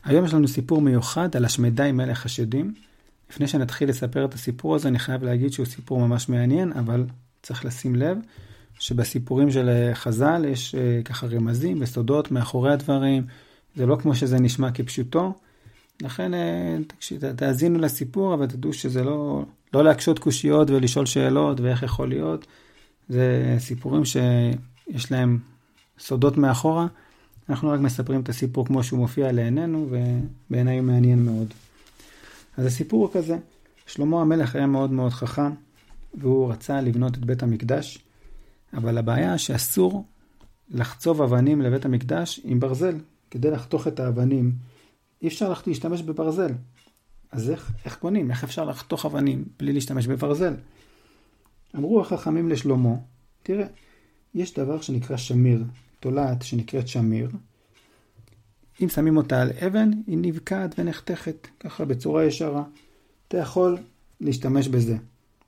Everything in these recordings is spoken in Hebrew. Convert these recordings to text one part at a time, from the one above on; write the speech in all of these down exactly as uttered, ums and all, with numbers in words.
היום יש לנו סיפור מיוחד על השמדי מלך השדים. לפני שנתחיל לספר את הסיפור הזה, אני חייב להגיד שהוא סיפור ממש מעניין, אבל צריך לשים לב שבסיפורים של חז"ל יש ככה רמזים וסודות מאחורי הדברים. זה לא כמו שזה נשמע כפשוטו. לכן תאזינו לסיפור, אבל תדעו שזה לא, לא להקשות קושיות ולשאול שאלות ואיך יכול להיות. זה סיפורים שיש להם סודות מאחורה. אנחנו רק מספרים את הסיפור כמו שהוא מופיע לעינינו, ובעיניי הוא מעניין מאוד. אז הסיפור הוא כזה. שלמה המלך היה מאוד מאוד חכם, והוא רצה לבנות את בית המקדש, אבל הבעיה שאסור לחצוב אבנים לבית המקדש עם ברזל. כדי לחתוך את האבנים, אי אפשר להשתמש בברזל. אז איך, איך קונים? איך אפשר לחתוך אבנים בלי להשתמש בברזל? אמרו החכמים לשלמה, תראה, יש דבר שנקרא שמיר, תולעת שנקראת שמיר. אם שמים אותה על אבן, היא נבקעת ונחתכת, ככה בצורה ישרה. אתה יכול להשתמש בזה.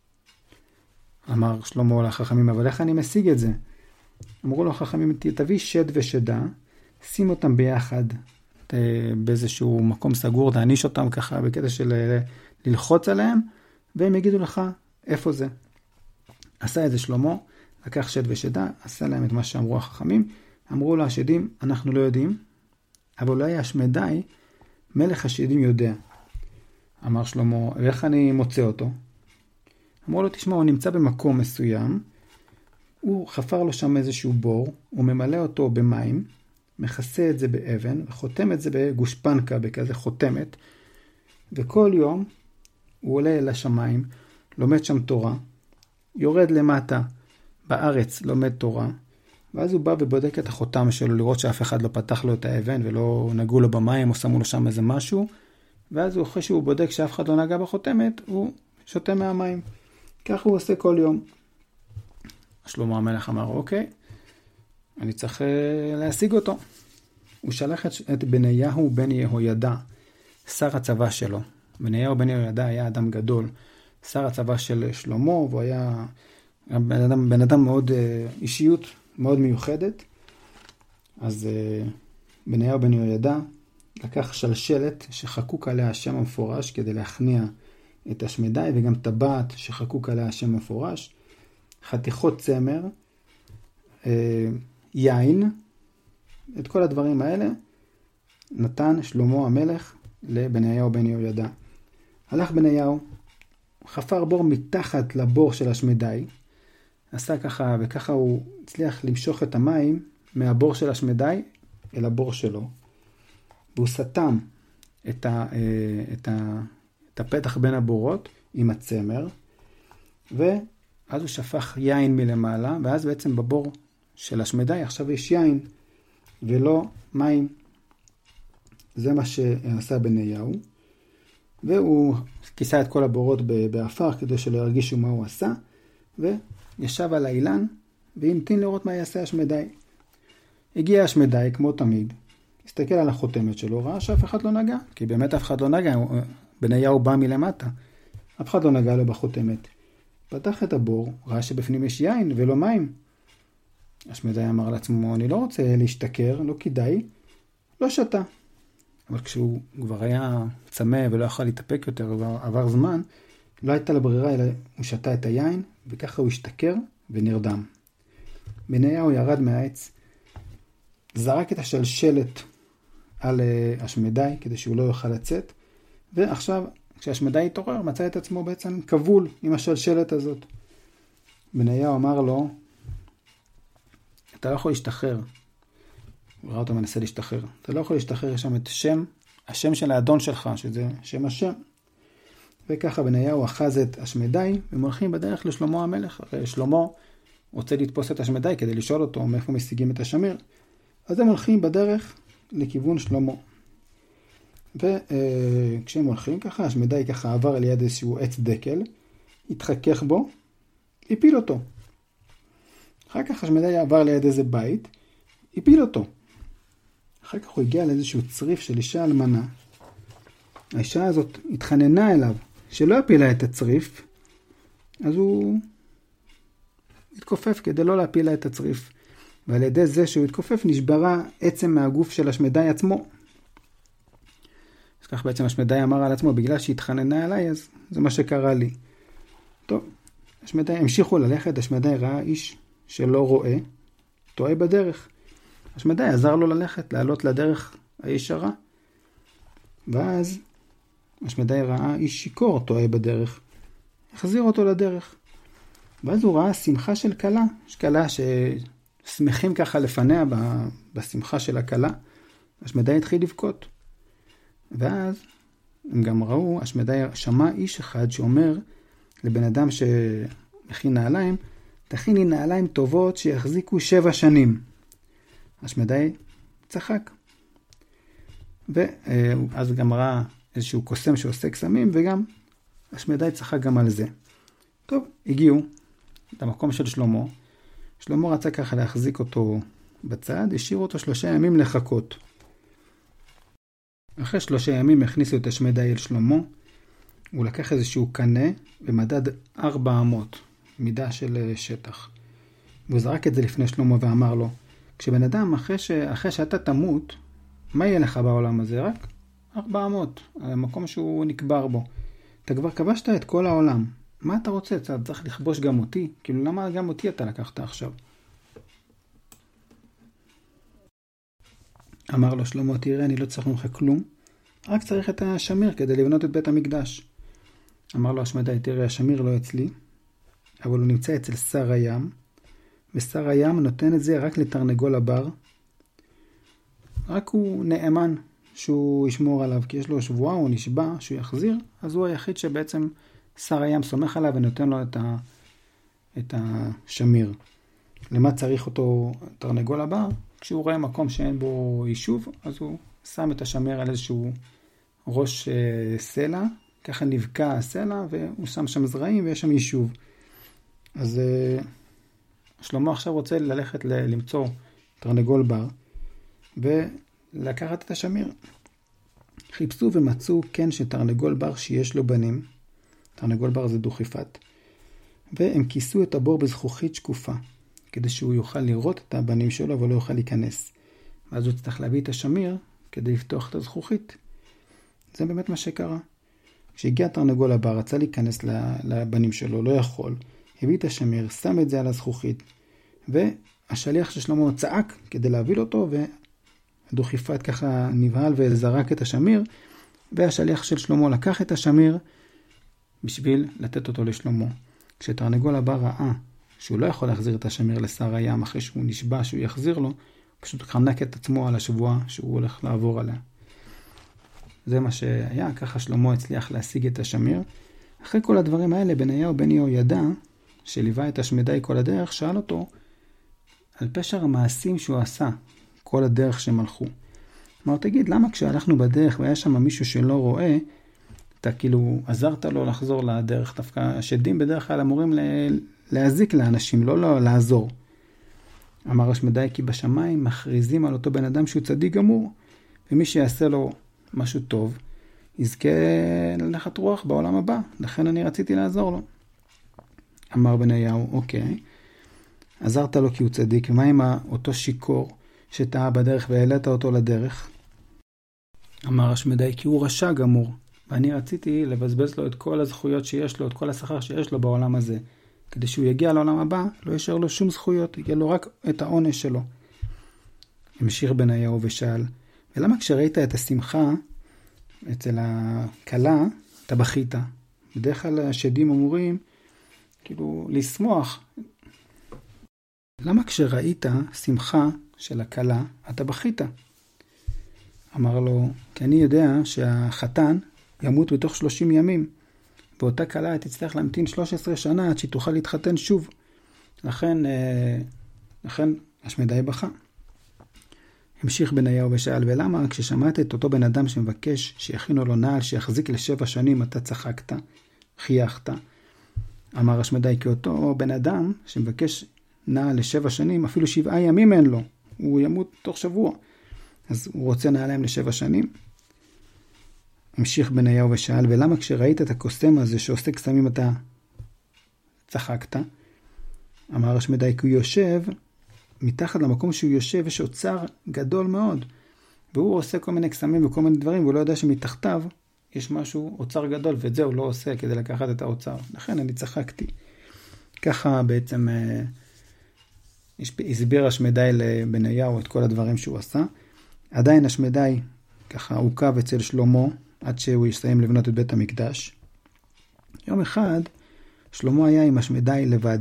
אמר שלמה לחכמים, אבל איך אני משיג את זה? אמרו לו החכמים, תביא שד ושדה, שים אותם ביחד באיזשהו מקום סגור, תעניש אותם ככה בקטע של ללחוץ עליהם, והם יגידו לך איפה זה. עשה את זה שלמה, לקח שד ושדה, עשה להם את מה שאמרו החכמים, אמרו לו השדים, אנחנו לא יודעים, אבל אולי השמדי, מלך השדים יודע. אמר שלמה, ואיך אני מוצא אותו? אמרו לו, תשמע, הוא נמצא במקום מסוים, הוא חפר לו שם איזשהו בור, הוא ממלא אותו במים, מכסה את זה באבן, וחותם את זה בגושפנקה, בכזה חותמת, וכל יום הוא עולה אל השמיים, לומד שם תורה, יורד למטה בארץ, לומד תורה, ואז הוא בא ובודק את החותם שלו, לראות שאף אחד לא פתח לו את האבן, ולא נגעו לו במים, או שמו לו שם איזה משהו, ואז אחרי שהוא בודק שאף אחד לא נגע בחותמת, הוא שותה מהמים. כך הוא עושה כל יום. שלמה המלך אמר, אוקיי, אני צריך להשיג אותו. הוא שלח את בניהו בן יהוידע, שר הצבא שלו. בניהו בן יהוידע היה אדם גדול, שר הצבא של שלמה, והוא היה בן אדם, בן אדם מאוד, אישיות מאוד מיוחדת. אז בניהו בן יהוידע לקח שלשלת שחקוק עליה השם המפורש כדי להכניע את השמדי, וגם טבעת שחקוק עליה השם המפורש, חתיכות צמר, יין, את כל הדברים האלה נתן שלמה המלך לבניהו בן יהוידע. הלך בניהו, חפר בור מתחת לבור של השמדי, עשה ככה וככה, הוא הצליח למשוך את המים מהבור של השמדי אל הבור שלו, והוא סתם את, ה, את, ה, את הפתח בין הבורות עם הצמר, ואז הוא שפך יין מלמעלה, ואז בעצם בבור של השמדי עכשיו יש יין ולא מים. זה מה שעשה בניהו, והוא כיסה את כל הבורות באפר כדי שלא ירגישו מה הוא עשה, וישב על האילן והמתין לראות מה יעשה השמדי. הגיע השמדי כמו תמיד, הסתכל על החותמת שלו, ראה שאף אחד לא נגע, כי באמת אף אחד לא נגע, בניהו בא מלמטה, אף אחד לא נגע לו בחותמת. פתח את הבור, ראה שבפנים יש יין ולא מים. השמדי אמר לעצמו, אני לא רוצה להשתכר, לא כדאי, לא שתה. אבל כשהוא כבר היה צמא ולא יכול להתאפק יותר, עבר, עבר זמן, לא הייתה לו ברירה, אלא הוא שתה את היין, וככה הוא השתכר ונרדם. בניהו ירד מהעץ, זרק את השלשלת על השמדי, כדי שהוא לא יוכל לצאת, ועכשיו, כשהשמדי התעורר, מצא את עצמו בעצם כבול עם השלשלת הזאת. בניהו אמר לו, אתה לא יכול להשתחרר. הוא ראה אותו מנסה להשתחרר. אתה לא יכול להשתחרר, יש שם את שם, השם של האדון שלך, שזה שם השם. וככה בניהו אחז את השמדי, והם הולכים בדרך לשלמה המלך. הרי שלמה רוצה לתפוס את השמדי כדי לשאול אותו מאיפה משיגים את השמיר. אז הם הולכים בדרך לכיוון שלמה. וכשהם הולכים ככה, השמדי ככה עבר על יד איזשהו עץ דקל, התחכך בו, הפיל אותו. אחר כך השמדי עבר ליד איזה בית, הפיל אותו. אחר כך הוא הגיע לאיזשהו צריף של אישה אלמנה. האישה הזאת התחננה אליו שלא הפילה את הצריף, אז הוא התכופף כדי לא להפילה את הצריף. ועל ידי זה שהוא התכופף נשברה עצם מהגוף של השמדי עצמו. אז כך בעצם השמדי אמר על עצמו, בגלל שהתחננה עליי, אז זה מה שקרה לי. טוב, השמדי המשיכו ללכת, השמדי ראה איש שלא רואה, טועה בדרך. השמדי עזר לו ללכת, לעלות לדרך הישרה. ואז השמדי ראה איש שיקור טועה בדרך, החזיר אותו לדרך. ואז הוא ראה שמחה של כלה, יש כלה ששמחים ככה לפניה בשמחה של הכלה. השמדי התחיל לבכות. ואז הם גם ראו, השמדי שמע איש אחד שאומר לבן אדם שמכין נעליים, תכיני נעליים טובות שיחזיקו שבע שנים. השמדי צחק. ואז גם ראה איזשהו קוסם שעושה קסמים, וגם השמדי צחק גם על זה. טוב, הגיעו למקום של שלמה. שלמה רצה ככה להחזיק אותו בצד, השאיר אותו שלושה ימים לחכות. אחרי שלושה ימים הכניסו את השמדי אל שלמה, הוא לקח איזשהו קנה ומדד ארבע אמות, מידה של שטח. והוא זרק את זה לפני שלמה ואמר לו, כשבן אדם אחרי, ש... אחרי שאתה תמות, מה יהיה לך בעולם הזה? רק ארבע אמות, המקום שהוא נקבר בו. אתה כבר כבשת את כל העולם. מה אתה רוצה? אתה צריך לכבוש גם אותי? כאילו למה גם אותי אתה לקחת עכשיו? אמר לו שלמה, תראה, אני לא צריך ממך כלום, רק צריך את השמיר כדי לבנות את בית המקדש. אמר לו השמדי, תראה, השמיר לא אצלי, אבל הוא נמצא אצל שר הים, ושר הים נותן את זה רק לתרנגול הבר, רק הוא נאמן שהוא ישמור עליו, כי יש לו שבועה, הוא נשבע שהוא יחזיר, אז הוא היחיד שבעצם שר הים סומך עליו ונותן לו את, ה, את השמיר. למה צריך אותו תרנגול הבר? כשהוא רואה מקום שאין בו יישוב, אז הוא שם את השמיר על איזשהו ראש אה, סלע, ככה נבקע הסלע, והוא שם שם זרעים ויש שם יישוב. אז אה, שלמה עכשיו רוצה ללכת ל- למצוא תרנגול בר, ולקחת את השמיר. חיפשו ומצאו כן שתרנגול בר שיש לו בנים, תרנגול בר זה דוכיפת, והם כיסו את הבור בזכוכית שקופה, כדי שהוא יוכל לראות את הבנים שלו, אבל לא יוכל להיכנס. ואז הוא צריך להביא את השמיר, כדי לפתוח את הזכוכית. זה באמת מה שקרה. כשהגיע תרנגול הבר, רצה להיכנס לבנים שלו, לא יכול. הביא את השמיר, שם את זה על הזכוכית, והשליח של שלמה צעק כדי להביא אותו, והדוכיפת ככה נבהל וזרק את השמיר, והשליח של שלמה לקח את השמיר, בשביל לתת אותו לשלמה. כשתרנגול הבר ראה שהוא לא יכול להחזיר את השמיר לשר הים אחרי שהוא נשבע שהוא יחזיר לו, פשוט חנק את עצמו על השבועה שהוא הולך לעבור עליה. זה מה שהיה, ככה שלמה הצליח להשיג את השמיר. אחרי כל הדברים האלה, בניהו בן יהוידע, שליווה את השמדי כל הדרך, שאל אותו על פשר המעשים שהוא עשה, כל הדרך שהם הלכו. אמר, תגיד, למה כשהלכנו בדרך והיה שם מישהו שלא רואה, אתה כאילו עזרת לו לחזור לדרך? דווקא השדים בדרך כלל אמורים להזיק לאנשים, לא, לא לעזור. אמר השמדי, כי בשמיים מכריזים על אותו בן אדם שהוא צדיק גמור, ומי שיעשה לו משהו טוב, יזכה ללכת רוח בעולם הבא. לכן אני רציתי לעזור לו. אמר בניהו, אוקיי, עזרת לו כי הוא צדיק, ומה עם אותו שיקור שטעה בדרך והעלית אותו לדרך? אמר השמדי, כי הוא רשע גמור, ואני רציתי לבזבז לו את כל הזכויות שיש לו, את כל השכר שיש לו בעולם הזה, כדי שהוא יגיע לעולם הבא, לא ישאר לו שום זכויות, יגיע לו רק את העונש שלו. המשיך בניהו ושאל, ולמה כשראית את השמחה אצל הכלה, אתה בכית? בדרך כלל השדים אמורים, כאילו, לשמוח. למה כשראית שמחה של הכלה, אתה בכית? אמר לו, כי אני יודע שהחתן ימות בתוך שלושים ימים, ואותה כלה תצטרך להמתין שלוש עשרה שנה עד שהיא תוכל להתחתן שוב. לכן, לכן השמדי בכה. המשיך בניהו ושאל, ולמה כששמעת את אותו בן אדם שמבקש שיכינו לו נעל שיחזיק לשבע שנים, אתה צחקת, חייכת? אמר השמדי, כי אותו בן אדם שמבקש נעל לשבע שנים, אפילו שבעה ימים אין לו, הוא ימות תוך שבוע, אז הוא רוצה נעליים לשבע שנים. המשיך בניהו ושאל, ולמה כשראית את הקוסם הזה שעושה קסמים אתה צחקת? אמר השמדי, כי הוא יושב, מתחת למקום שהוא יושב יש אוצר גדול מאוד, והוא עושה כל מיני קסמים וכל מיני דברים, והוא לא יודע שמתחתיו יש משהו, אוצר גדול, ואת זה הוא לא עושה כדי לקחת את האוצר. לכן אני צחקתי. ככה בעצם הסביר השמדי לבניהו את כל הדברים שהוא עשה. עדיין השמדי ככה עוקב אצל שלמה, עד שהוא יסיים לבנות את בית המקדש. יום אחד, שלמה היה עם השמדי לבד.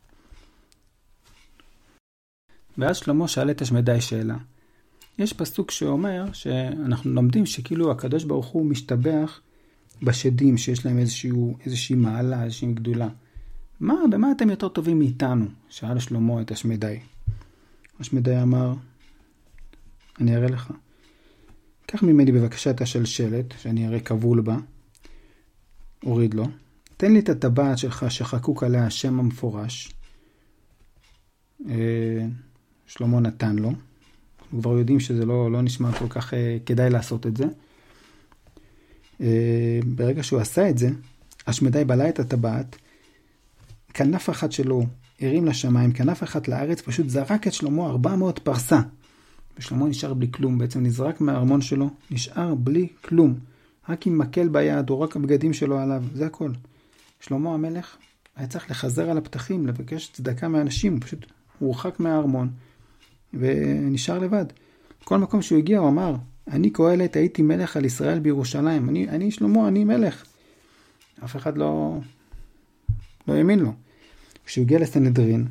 ואז שלמה שאל את השמדי שאלה. יש פסוק שאומר שאנחנו לומדים שכאילו הקדוש ברוך הוא משתבח בשדים שיש להם איזשהו, איזושהי מעלה, איזושהי גדולה. מה, במה אתם יותר טובים מאיתנו? שאל שלמה את השמדי. השמדי אמר, אני אראה לך. קח ממני בבקשה את השלשלת, שאני אראה כבול בה. הוריד לו. תן לי את הטבעת שלך שחקוק עליה השם המפורש. שלמה נתן לו. אנחנו כבר יודעים שזה לא, לא נשמע כל כך כדאי לעשות את זה. ברגע שהוא עשה את זה, השמדי בלע את הטבעת, כנף אחת שלו הרים לשמיים, כנף אחת לארץ, פשוט זרק את שלמה ארבע מאות פרסה. ושלמה נשאר בלי כלום, בעצם נזרק מהארמון שלו, נשאר בלי כלום. רק עם מקל ביד, או רק הבגדים שלו עליו, זה הכל. שלמה המלך היה צריך לחזר על הפתחים, לבקש צדקה מאנשים, הוא פשוט הורחק מהארמון, ונשאר לבד. כל מקום שהוא הגיע, הוא אמר, אני קהלת, הייתי מלך על ישראל בירושלים, אני, אני שלמה, אני מלך. אף אחד לא, לא האמין לו. כשהוא הגיע לסנהדרין,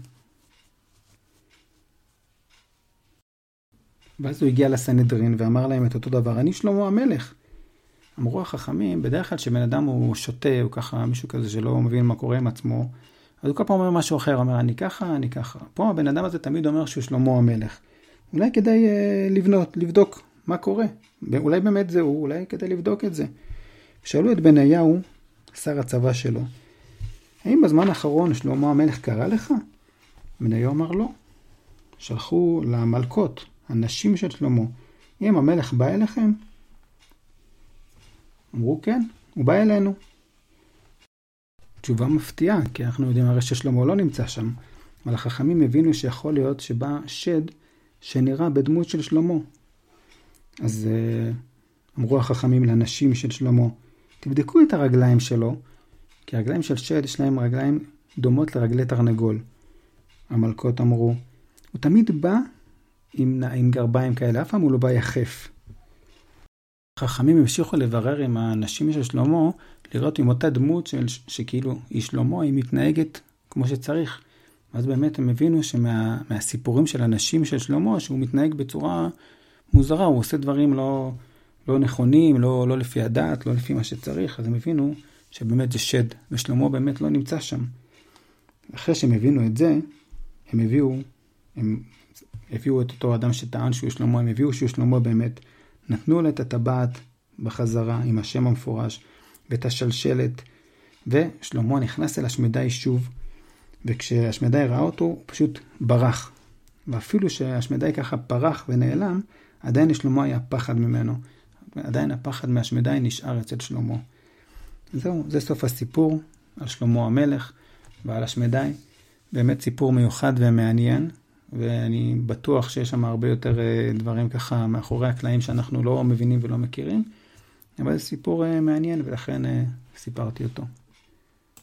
ואז הוא הגיע לסנהדרין ואמר להם את אותו דבר, אני שלמה המלך. אמרו החכמים, בדרך כלל שבן אדם הוא שוטה, הוא ככה, מישהו כזה שלא מבין מה קורה עם עצמו, אז הוא כל פעם אומר משהו אחר, אומר, אני ככה, אני ככה. פה הבן אדם הזה תמיד אומר שהוא שלמה המלך. אולי כדאי אה, לבנות, לבדוק מה קורה. אולי באמת זה הוא, אולי כדאי לבדוק את זה. שאלו את בניהו, שר הצבא שלו, האם בזמן האחרון שלמה המלך קרא לך? בניהו אמר לא. שלחו למלכות, הנשים של שלמה, אם המלך בא אליכם? אמרו כן, הוא בא אלינו. תשובה מפתיעה, כי אנחנו יודעים הרי ששלמה לא נמצא שם, אבל החכמים הבינו שיכול להיות שבא שד שנראה בדמות של שלמה. אז אמרו החכמים לנשים של שלמה, תבדקו את הרגליים שלו, כי הרגליים של שד יש להם רגליים דומות לרגלי תרנגול. המלכות אמרו, הוא תמיד בא עם, עם גרביים כאלה, אף פעם הוא לא בא יחף. החכמים המשיכו לברר עם הנשים של שלמה, לראות עם אותה דמות של, שכאילו היא שלמה, היא מתנהגת כמו שצריך. אז באמת הם הבינו שמהסיפורים של הנשים של שלמה, שהוא מתנהג בצורה מוזרה, הוא עושה דברים לא, לא נכונים, לא, לא לפי הדעת, לא לפי מה שצריך. אז הם הבינו שבאמת זה שד, ושלמה באמת לא נמצא שם. אחרי שהם הבינו את זה, הם הביאו, הם הביאו את אותו אדם שטען שהוא שלמה, הם הביאו שהוא שלמה באמת, נתנו לו את הטבעת בחזרה עם השם המפורש, ואת השלשלת, ושלמה נכנס אל השמדי שוב, וכשהשמדי ראה אותו, הוא פשוט ברח. ואפילו שהשמדי ככה פרח ונעלם, עדיין לשלמה היה פחד ממנו. עדיין הפחד מהשמדי נשאר אצל שלמה. זהו, זה סוף הסיפור על שלמה המלך ועל השמדי. באמת סיפור מיוחד ומעניין, ואני בטוח שיש שם הרבה יותר דברים ככה מאחורי הקלעים שאנחנו לא מבינים ולא מכירים, אבל זה סיפור מעניין ולכן סיפרתי אותו.